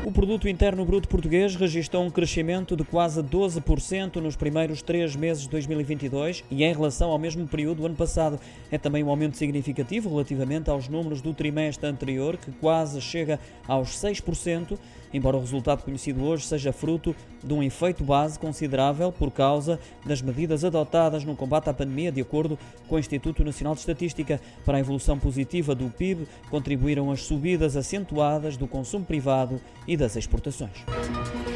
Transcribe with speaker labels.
Speaker 1: O produto interno bruto português registrou um crescimento de quase 12% nos primeiros 3 meses de 2022 e em relação ao mesmo período do ano passado. É também um aumento significativo relativamente aos números do trimestre anterior, que quase chega aos 6%, embora o resultado conhecido hoje seja fruto de um efeito base considerável por causa das medidas adotadas no combate à pandemia, de acordo com o Instituto Nacional de Estatística. Para a evolução positiva do PIB, contribuíram as subidas acentuadas do consumo privado e das exportações.